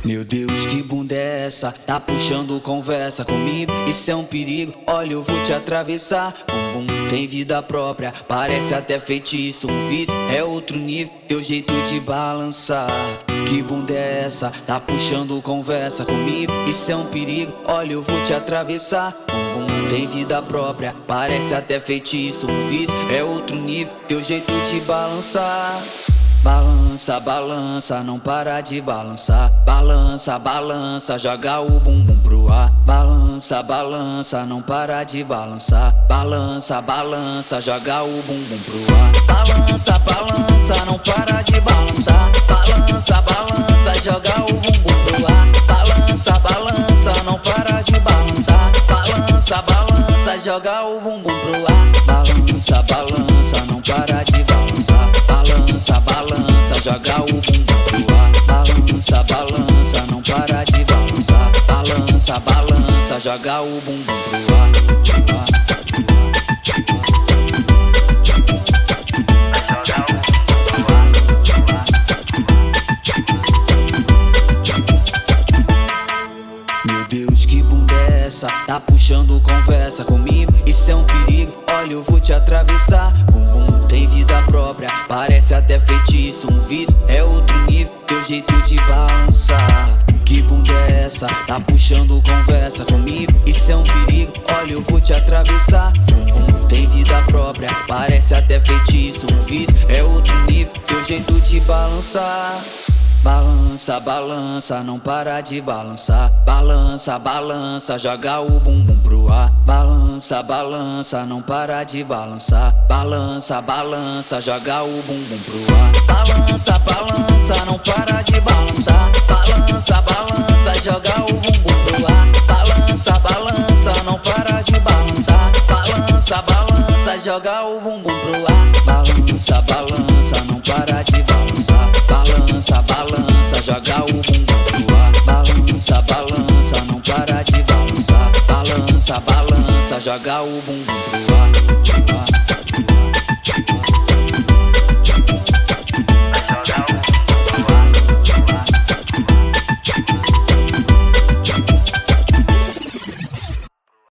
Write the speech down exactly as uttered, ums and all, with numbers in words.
Meu Deus, que bunda é essa? Tá puxando conversa comigo, isso é um perigo. Olha, eu vou te atravessar. Bum bum, tem vida própria, parece até feitiço. Um vício é outro nível, teu jeito de balançar. Que bunda é essa? Tá puxando conversa comigo, isso é um perigo. Olha, eu vou te atravessar. Bum bum, tem vida própria, parece até feitiço. Um vício é outro nível, teu jeito de balançar. Balança, balança, não para de balançar. Balança, balança, joga o bumbum pro ar. Balança, balança, não para de balançar. Balança, balança, joga o bumbum pro ar. Balança, balança, não para de balançar. Balança, balança, joga o bumbum pro ar. Balança, balança, não para de balançar. Balança, balança, joga o bumbum pro ar. Balança, balança, não para de balançar. Balança, balança, joga o bumbum pro ar. Balança, balança, não para de balançar. Balança, balança, joga o bumbum pro ar. Meu Deus, que bunda é essa? Tá puxando conversa comigo, isso é um perigo. Olha, eu vou te atravessar. Bum bum, tem vida própria, parece até feitiço. Um vício é outro nível, teu jeito de balançar. Que bunda é essa? Tá puxando conversa comigo, isso é um perigo. Olha, eu vou te atravessar. Bum bum, tem vida própria, parece até feitiço. Um vício é outro nível, teu jeito de balançar. Balança, balança, não para de balançar. Balança, balança, joga o bumbum pro ar. Balança, balança, não para de balançar. Balança, balança, joga o bumbum pro ar. Balança, balança, não para de balançar. Balança, balança, joga o bumbum pro ar. Balança, balança, não para de balançar. Balança, balança, joga o bumbum pro ar. Balança, balança, não para de balançar. Balança, balança, joga o bumbum pro ar. Balança, balança, não para de balançar. Balança, balança, joga o bumbum pro ar.